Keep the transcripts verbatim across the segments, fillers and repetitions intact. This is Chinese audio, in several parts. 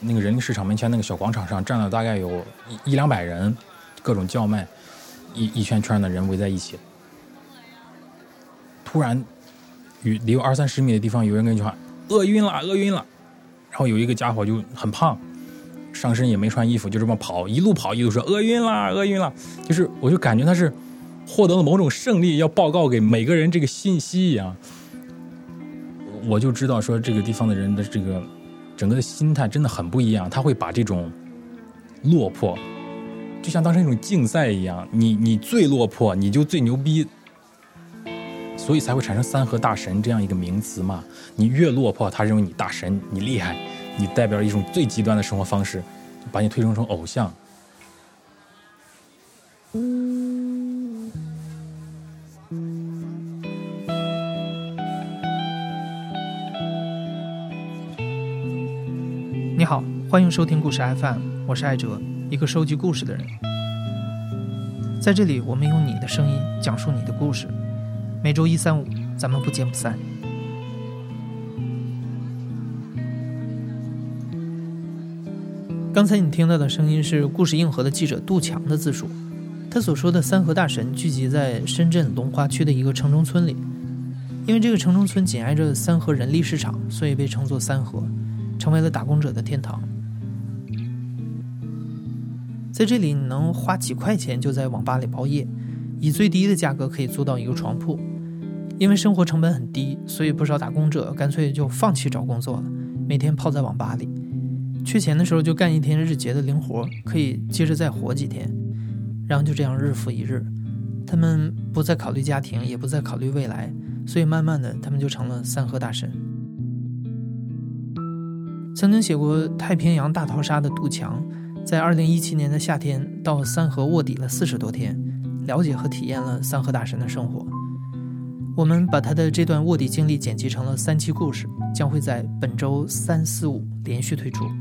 那个人力市场门前那个小广场上站了大概有一一两百人，各种叫卖，一一圈圈的人围在一起。突然，与离有二三十米的地方有人跟你说：“饿晕了，饿晕了。”然后有一个家伙就很胖，上身也没穿衣服，就这么跑，一路跑一路说：“饿晕了，饿晕了。”就是我就感觉他是获得了某种胜利，要报告给每个人这个信息一样。我就知道说这个地方的人的这个整个的心态真的很不一样，他会把这种落魄就像当成一种竞赛一样，你你最落魄你就最牛逼，所以才会产生三河大神这样一个名词嘛。你越落魄，他认为你大神，你厉害，你代表了一种最极端的生活方式，就把你推崇成偶像。 你好，欢迎收听故事 F M， 我是艾哲，一个收集故事的人。在这里，我们用你的声音讲述你的故事。每周一、三、五，咱们不见不散。刚才你听到的声音是故事硬核的记者杜强的自述。他所说的三河大神聚集在深圳龙华区的一个城中村里，因为这个城中村紧挨着三河人力市场，所以被称作三河，成为了打工者的天堂。在这里，你能花几块钱就在网吧里包夜，以最低的价格可以租到一个床铺。因为生活成本很低，所以不少打工者干脆就放弃找工作了，每天泡在网吧里。缺钱的时候就干一天日结的零活，可以接着再活几天，然后就这样日复一日。他们不再考虑家庭，也不再考虑未来，所以慢慢的他们就成了三河大神。曾经写过《太平洋大逃杀》的杜强，在二零一七年的夏天到三河卧底了四十多天，了解和体验了三河大神的生活。我们把他的这段卧底经历剪辑成了三期故事，将会在本周三四五连续推出。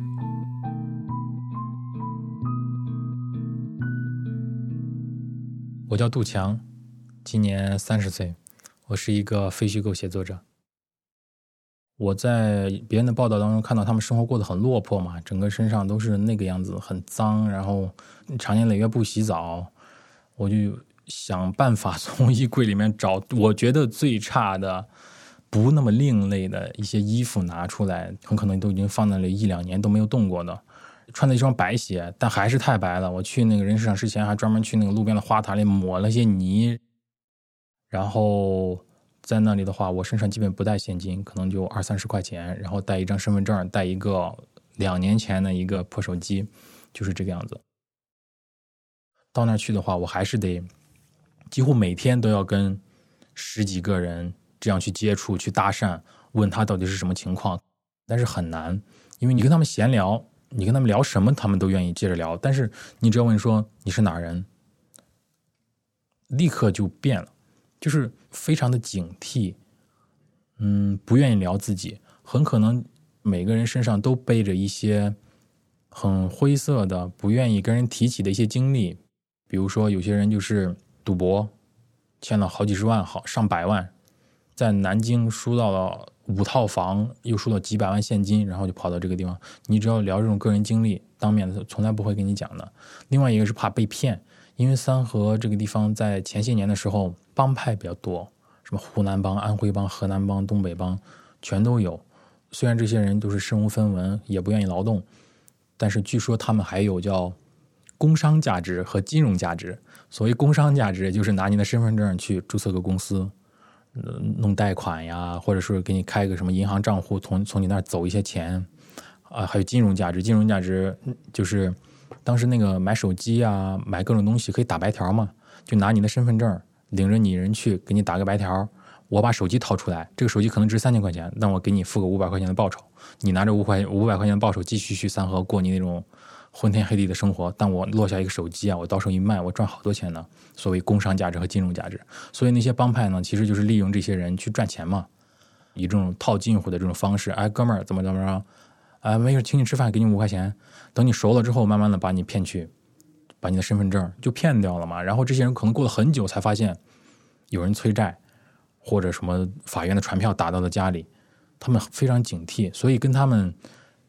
我叫杜强，今年三十岁，我是一个非虚构写作者。我在别人的报道当中看到他们生活过得很落魄嘛，整个身上都是那个样子，很脏，然后长年累月不洗澡。我就想办法从衣柜里面找我觉得最差的不那么另类的一些衣服拿出来，很可能都已经放在了一两年都没有动过的，穿的一双白鞋，但还是太白了。我去那个人市场之前还专门去那个路边的花坛里抹了些泥，然后在那里的话，我身上基本不带现金，可能就二三十块钱，然后带一张身份证，带一个两年前的一个破手机，就是这个样子。到那去的话，我还是得几乎每天都要跟十几个人这样去接触，去搭讪，问他到底是什么情况。但是很难，因为你跟他们闲聊，你跟他们聊什么他们都愿意接着聊，但是你只要问说你是哪人，立刻就变了，就是非常的警惕，嗯，不愿意聊自己，很可能每个人身上都背着一些很灰色的不愿意跟人提起的一些经历。比如说有些人就是赌博，欠了好几十万好上百万，在南京输到了五套房，又输到几百万现金，然后就跑到这个地方。你只要聊这种个人经历，当面的从来不会跟你讲的。另外一个是怕被骗，因为三河这个地方在前些年的时候帮派比较多，什么湖南帮、安徽帮、河南帮、东北帮全都有。虽然这些人都是身无分文，也不愿意劳动，但是据说他们还有叫工商价值和金融价值。所谓工商价值，就是拿你的身份证去注册个公司，呃、弄贷款呀，或者是给你开个什么银行账户，从从你那儿走一些钱啊。还有金融价值，金融价值就是当时那个买手机啊，买各种东西可以打白条嘛，就拿你的身份证领着你人去给你打个白条，我把手机掏出来，这个手机可能值三千块钱，但我给你付个五百块钱的报酬，你拿着五块五百块钱的报酬继续去三河过你那种昏天黑地的生活，但我落下一个手机啊，我到手一卖，我赚好多钱呢。所谓工商价值和金融价值，所以那些帮派呢，其实就是利用这些人去赚钱嘛，以这种套近乎的这种方式，哎，哥们儿怎么怎么着，哎，没事，请你吃饭，给你五块钱，等你熟了之后，慢慢的把你骗去，把你的身份证就骗掉了嘛。然后这些人可能过了很久才发现有人催债，或者什么法院的传票打到了家里，他们非常警惕，所以跟他们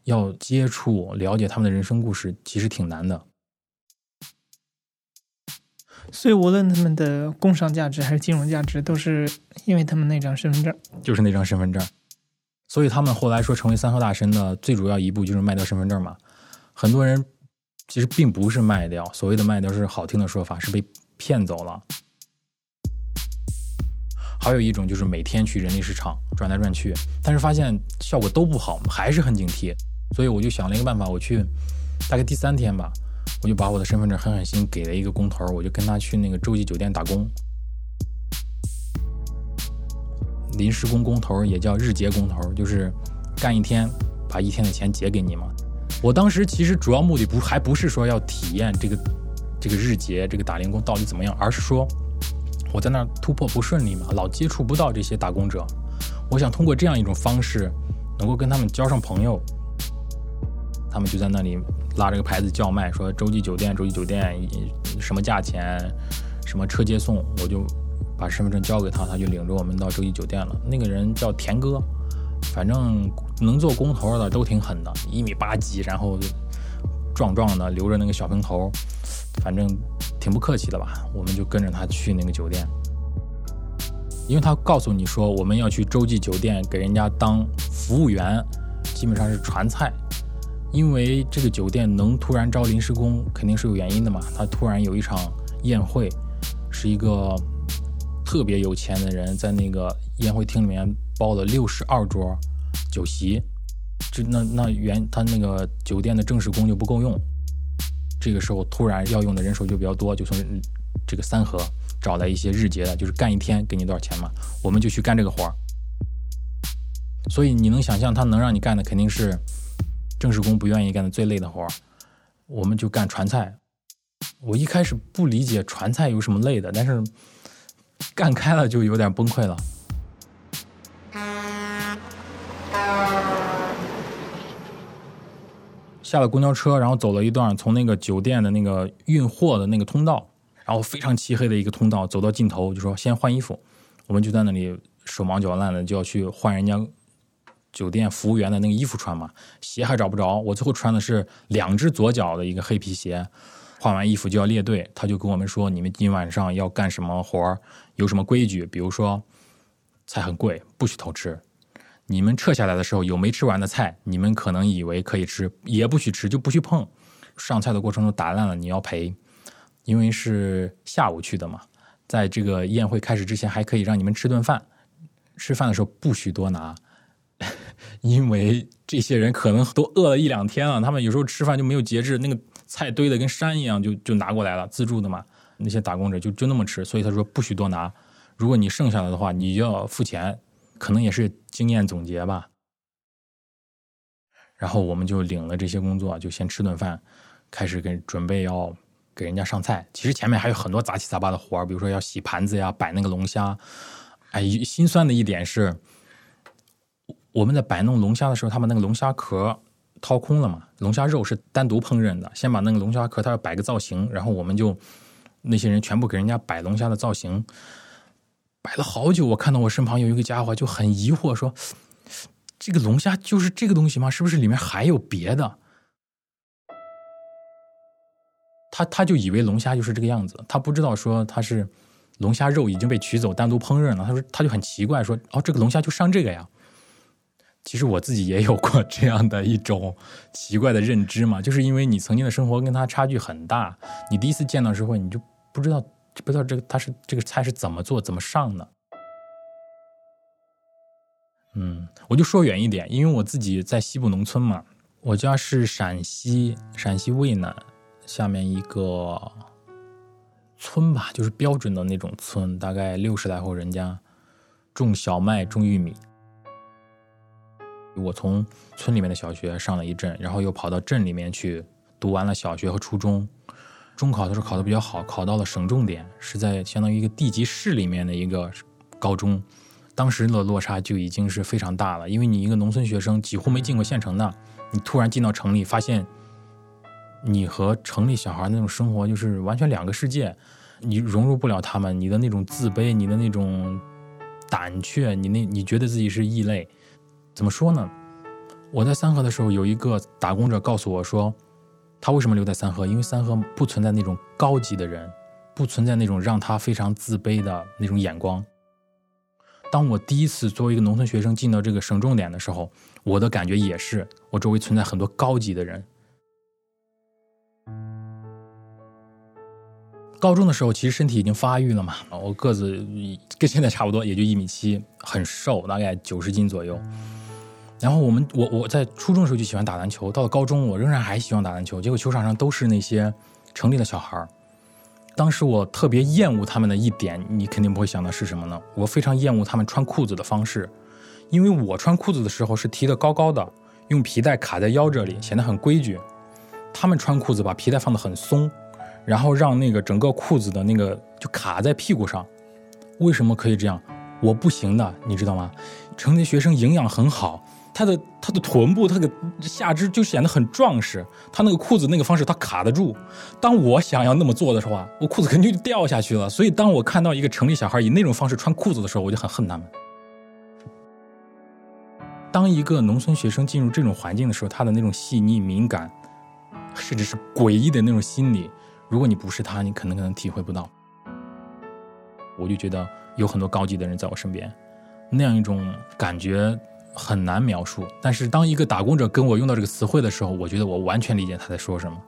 要接触了解他们的人生故事其实挺难的。 所以无论他们的工商价值还是金融价值，都是因为他们那张身份证， 就是那张身份证。所以他们后来说成为三和大神的最主要一步就是卖掉身份证嘛。很多人其实并不是卖掉，所谓的卖掉是好听的说法，是被骗走了。还有一种就是每天去人力市场转来转去，但是发现效果都不好，还是很警惕。所以我就想了一个办法，我去大概第三天吧，我就把我的身份证狠狠心给了一个工头，我就跟他去那个洲际酒店打工。临时工工头也叫日结工头，就是干一天把一天的钱结给你嘛。我当时其实主要目的不还不是说要体验这个这个日结这个打零工到底怎么样，而是说我在那儿突破不顺利嘛，老接触不到这些打工者，我想通过这样一种方式能够跟他们交上朋友。他们就在那里拉着个牌子叫卖，说洲际酒店洲际酒店什么价钱，什么车接送，我就把身份证交给他，他就领着我们到洲际酒店了。那个人叫田哥，反正能做工头的都挺狠的，一米八几，然后壮壮的，留着那个小平头，反正挺不客气的吧。我们就跟着他去那个酒店，因为他告诉你说我们要去洲际酒店给人家当服务员，基本上是传菜。因为这个酒店能突然招临时工，肯定是有原因的嘛。他突然有一场宴会，是一个特别有钱的人在那个宴会厅里面包了六十二桌酒席，这那那原他那个酒店的正式工就不够用，这个时候突然要用的人手就比较多，就从这个三河找来一些日结的，就是干一天给你多少钱嘛，我们就去干这个活。所以你能想象他能让你干的肯定是正式工不愿意干的最累的活，我们就干传菜。我一开始不理解传菜有什么累的，但是干开了就有点崩溃了。下了公交车，然后走了一段，从那个酒店的那个运货的那个通道，然后非常漆黑的一个通道，走到尽头就说先换衣服，我们就在那里手忙脚乱的就要去换人家酒店服务员的那个衣服穿嘛，鞋还找不着，我最后穿的是两只左脚的一个黑皮鞋。换完衣服就要列队，他就跟我们说你们今晚上要干什么活，有什么规矩，比如说菜很贵不许偷吃，你们撤下来的时候有没吃完的菜，你们可能以为可以吃也不许吃，就不许碰，上菜的过程中打烂了你要赔，因为是下午去的嘛，在这个宴会开始之前还可以让你们吃顿饭，吃饭的时候不许多拿，因为这些人可能都饿了一两天了，他们有时候吃饭就没有节制，那个菜堆的跟山一样就就拿过来了，自助的嘛，那些打工者就就那么吃，所以他说不许多拿，如果你剩下来的话你就要付钱，可能也是经验总结吧。然后我们就领了这些工作，就先吃顿饭，开始给准备要给人家上菜。其实前面还有很多杂七杂八的活，比如说要洗盘子呀，摆那个龙虾。哎，心酸的一点是我们在摆弄龙虾的时候，他把那个龙虾壳掏空了嘛，龙虾肉是单独烹饪的，先把那个龙虾壳它要摆个造型，然后我们就那些人全部给人家摆龙虾的造型，摆了好久。我看到我身旁有一个家伙就很疑惑说，这个龙虾就是这个东西吗？是不是里面还有别的？他他就以为龙虾就是这个样子，他不知道说他是龙虾肉已经被取走单独烹饪了。他说他就很奇怪说，哦，这个龙虾就上这个呀。其实我自己也有过这样的一种奇怪的认知嘛，就是因为你曾经的生活跟他差距很大，你第一次见到时候你就不知道不知道这个他是这个菜是怎么做怎么上的。嗯，我就说远一点，因为我自己在西部农村嘛，我家是陕西陕西渭南下面一个村吧，就是标准的那种村，大概六十来户人家，种小麦种玉米。我从村里面的小学上了一镇，然后又跑到镇里面去读完了小学和初中，中考的时候考得比较好，考到了省重点，是在相当于一个地级市里面的一个高中。当时的落差就已经是非常大了，因为你一个农村学生几乎没进过县城的，你突然进到城里，发现你和城里小孩那种生活就是完全两个世界，你融入不了他们，你的那种自卑，你的那种胆怯，你那你觉得自己是异类。怎么说呢？ 我在三河的时候，有一个打工者告诉我说，他为什么留在三河？因为三河不存在那种高级的人，不存在那种让他非常自卑的那种眼光。当我第一次作为一个农村学生进到这个省重点的时候，我的感觉也是，我周围存在很多高级的人。高中的时候其实身体已经发育了嘛，我个子跟现在差不多，也就一米七，很瘦，大概九十斤左右。然后我们我我在初中的时候就喜欢打篮球，到了高中我仍然还喜欢打篮球，结果球场上都是那些城里的小孩。当时我特别厌恶他们的一点，你肯定不会想到是什么呢？我非常厌恶他们穿裤子的方式，因为我穿裤子的时候是提得高高的，用皮带卡在腰这里，显得很规矩。他们穿裤子把皮带放得很松，然后让那个整个裤子的那个就卡在屁股上。为什么可以这样？我不行的，你知道吗？城里学生营养很好，他的他的臀部，他的下肢就显得很壮实，他那个裤子那个方式他卡得住。当我想要那么做的时候啊，我裤子肯定就掉下去了。所以当我看到一个城里小孩以那种方式穿裤子的时候，我就很恨他们。当一个农村学生进入这种环境的时候，他的那种细腻敏感，甚至是诡异的那种心理，如果你不是他，你可能可能体会不到。我就觉得有很多高级的人在我身边，那样一种感觉很难描述。但是当一个打工者跟我用到这个词汇的时候，我觉得我完全理解他在说什么。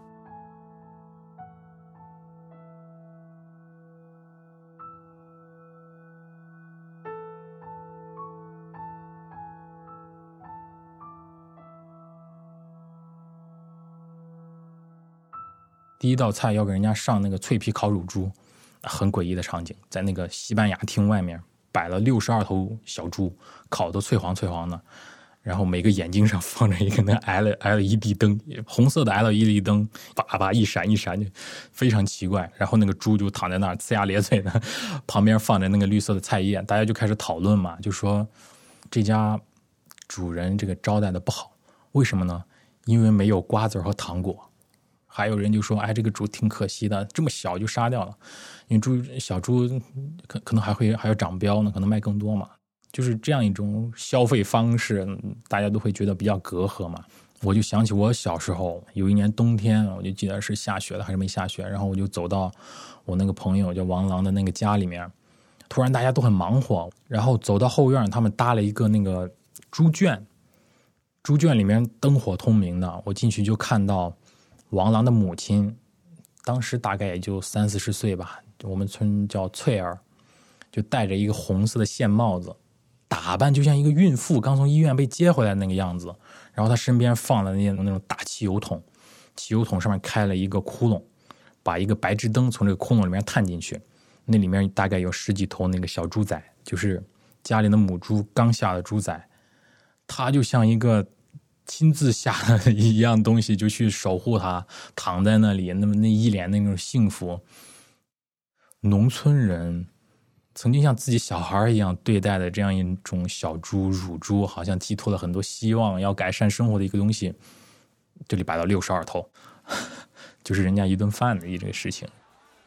第一道菜要给人家上那个脆皮烤乳猪，很诡异的场景，在那个西班牙厅外面摆了六十二头小猪，烤得脆黄脆黄的，然后每个眼睛上放着一个那 L L E D 灯，红色的 L E D 灯，叭叭一闪一闪，就非常奇怪。然后那个猪就躺在那儿呲牙咧嘴的，旁边放着那个绿色的菜叶，大家就开始讨论嘛，就说这家主人这个招待的不好，为什么呢？因为没有瓜子和糖果。还有人就说，哎，这个猪挺可惜的，这么小就杀掉了，因为猪小猪可可能还会还要长膘呢，可能卖更多嘛。就是这样一种消费方式，大家都会觉得比较隔阂嘛。我就想起我小时候有一年冬天，我就记得是下雪了还是没下雪，然后我就走到我那个朋友叫王郎的那个家里面，突然大家都很忙活，然后走到后院，他们搭了一个那个猪圈，猪圈里面灯火通明的，我进去就看到王郎的母亲，当时大概也就三四十岁吧，我们村叫翠儿，就戴着一个红色的线帽子，打扮就像一个孕妇刚从医院被接回来那个样子。然后他身边放了那种那种大汽油桶，汽油桶上面开了一个窟窿，把一个白炽灯从这个窟窿里面探进去，那里面大概有十几头那个小猪仔，就是家里的母猪刚下的猪仔，他就像一个亲自下的一样东西，就去守护他，躺在那里，那么那一脸那种幸福。农村人曾经像自己小孩一样对待的这样一种小猪乳猪，好像寄托了很多希望，要改善生活的一个东西，这里摆到六十二头，就是人家一顿饭的一这个事情。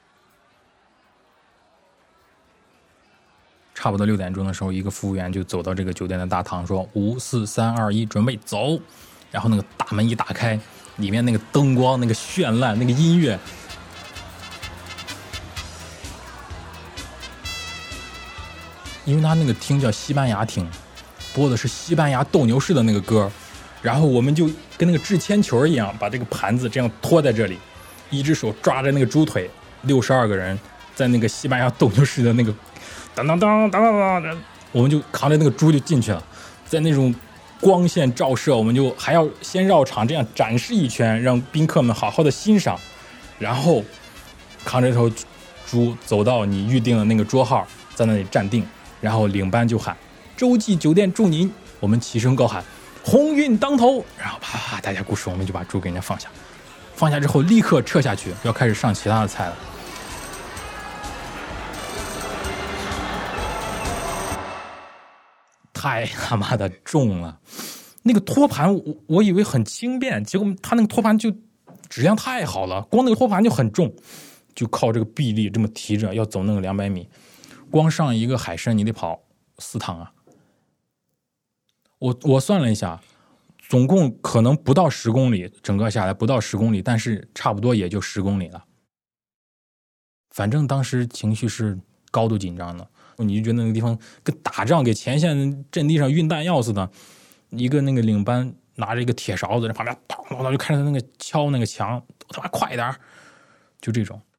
差不多六点钟的时候，一个服务员就走到这个酒店的大堂，说五四三二一，准备走。然后那个大门一打开，里面那个灯光、那个绚烂、那个音乐，因为他那个厅叫西班牙厅，播的是西班牙斗牛士的那个歌，然后我们就跟那个掷铅球一样，把这个盘子这样拖在这里，一只手抓着那个猪腿，六十二个人在那个西班牙斗牛士的那个当当当当当当，我们就扛着那个猪就进去了，在那种光线照射，我们就还要先绕场这样展示一圈，让宾客们好好的欣赏，然后扛着头猪走到你预定的那个桌号，在那里站定，然后领班就喊洲际酒店祝您，我们齐声高喊鸿运当头，然后啪啪大家鼓手，我们就把猪给人家放下，放下之后立刻撤下去，要开始上其他的菜了。太他妈的重了，那个托盘 我, 我以为很轻便，结果他那个托盘就质量太好了，光那个托盘就很重，就靠这个臂力这么提着要走那个两百米，光上一个海参你得跑四趟啊。我我算了一下， 总共可能不到十公里，整个下来不到十公里，但是差不多也就十公里了。反正当时情绪是高度紧张的，你就觉得那个地方跟打仗给前线阵地上运弹药似的，一个那个领班拿着一个铁勺子在旁边砰砰砰就开始那个敲那个墙，他妈快点，就这种。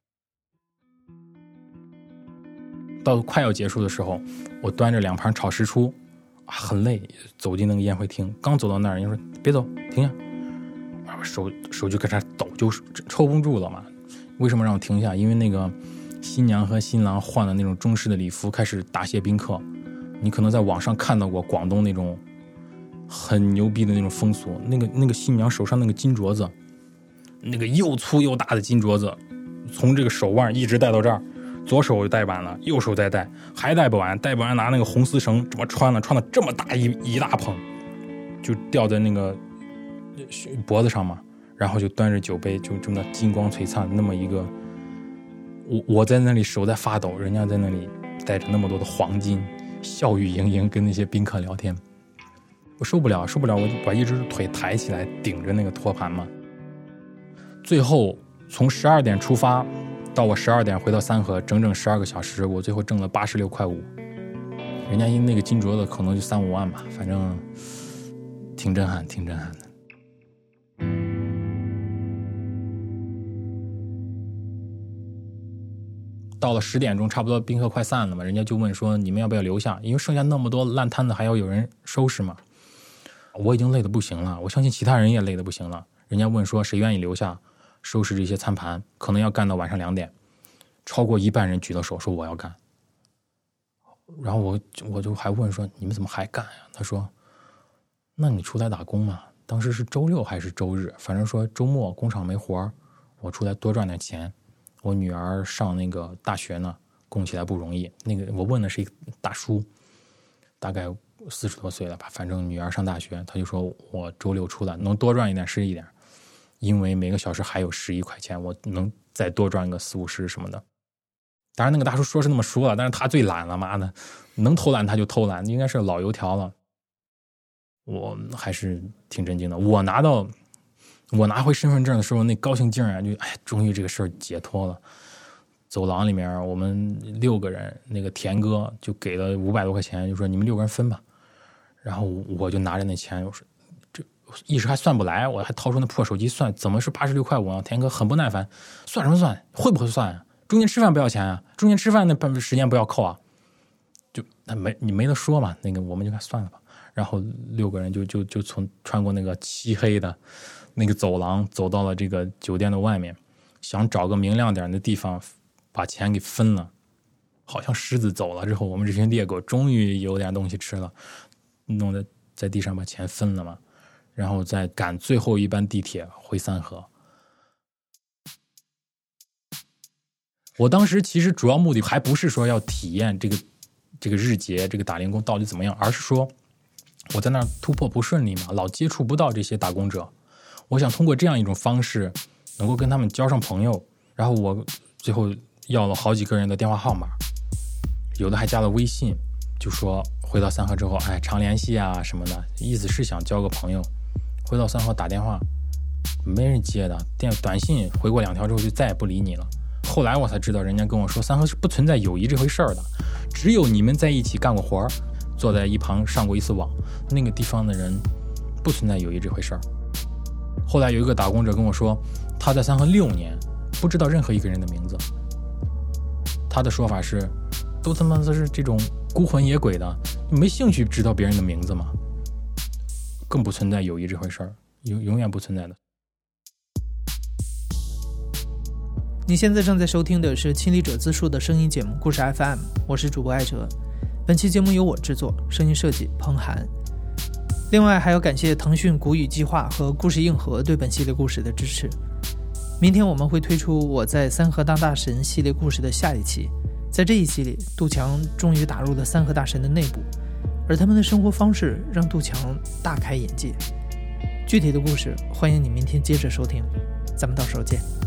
到快要结束的时候，我端着两盘炒时蔬，啊，很累，走进那个宴会厅，刚走到那儿，人家说别走，停下，手手就开始抖，就抽不住了嘛。为什么让我停下？因为那个新娘和新郎换了那种中式的礼服，开始答谢宾客。你可能在网上看到过广东那种很牛逼的那种风俗，那个那个新娘手上那个金镯子，那个又粗又大的金镯子，从这个手腕一直戴到这儿，左手戴完了，右手再戴，还戴不完，戴不完拿那个红丝绳这么穿了，穿了这么大一一大捧，就吊在那个脖子上嘛。然后就端着酒杯，就这么金光璀璨，那么一个，我我在那里手在发抖，人家在那里带着那么多的黄金，笑语盈盈跟那些宾客聊天，我受不了，受不了，我就把一只腿抬起来顶着那个托盘嘛。最后从十二点出发，到我十二点回到三河，整整十二个小时，我最后挣了八十六块五，人家因那个金镯子可能就三五万吧，反正挺震撼，挺震撼的。到了十点钟，差不多宾客快散了嘛，人家就问说你们要不要留下，因为剩下那么多烂摊子还要有人收拾嘛。我已经累得不行了，我相信其他人也累得不行了。人家问说谁愿意留下收拾这些餐盘，可能要干到晚上两点，超过一半人举到手说我要干。然后我我就还问说你们怎么还干呀？他说那你出来打工嘛，当时是周六还是周日，反正说周末工厂没活，我出来多赚点钱。我女儿上那个大学呢，供起来不容易。那个我问的是一个大叔，大概四十多岁了吧，反正女儿上大学，他就说我周六出来能多赚一点是一点，因为每个小时还有十一块钱，我能再多赚个四五十什么的。当然那个大叔说是那么说了，但是他最懒了，妈的，能偷懒他就偷懒，应该是老油条了。我还是挺震惊的，我拿到。我拿回身份证的时候，那高兴劲儿啊，就哎，终于这个事儿解脱了。走廊里面，我们六个人，那个田哥就给了五百多块钱，就说你们六个人分吧。然后我就拿着那钱，我说这一时还算不来，我还掏出那破手机算，怎么是八十六块五啊？田哥很不耐烦，算什么算？会不会算啊？中间吃饭不要钱啊？中间吃饭那时间不要扣啊？就那没你没得说嘛，那个我们就算了吧。然后六个人就就就从穿过那个漆黑的那个走廊走到了这个酒店的外面，想找个明亮点的地方把钱给分了。好像狮子走了之后，我们这群猎狗终于有点东西吃了，弄得在地上把钱分了嘛，然后再赶最后一班地铁回三河。我当时其实主要目的还不是说要体验这个这个日结这个打零工到底怎么样，而是说我在那儿突破不顺利嘛，老接触不到这些打工者，我想通过这样一种方式能够跟他们交上朋友。然后我最后要了好几个人的电话号码，有的还加了微信，就说回到三河之后哎常联系啊什么的，意思是想交个朋友。回到三河打电话没人接的，电短信回过两条之后就再也不理你了。后来我才知道，人家跟我说三河是不存在友谊这回事儿的，只有你们在一起干过活，坐在一旁上过一次网，那个地方的人不存在友谊这回事儿。后来有一个打工者跟我说，他在三河六年不知道任何一个人的名字，他的说法是都他妈的是这种孤魂野鬼的，没兴趣知道别人的名字吗？更不存在友谊这回事儿，永永远不存在的。 你现在正在收听的是亲历者自述的声音节目故事 F M， 我是主播艾哲。本期节目由我制作，声音设计彭涵。另外还要感谢腾讯古语计划和故事硬核对本系列故事的支持。明天我们会推出我在三河当大神系列故事的下一期，在这一期里，杜强终于打入了三河大神的内部，而他们的生活方式让杜强大开眼界。具体的故事欢迎你明天接着收听，咱们到时候见。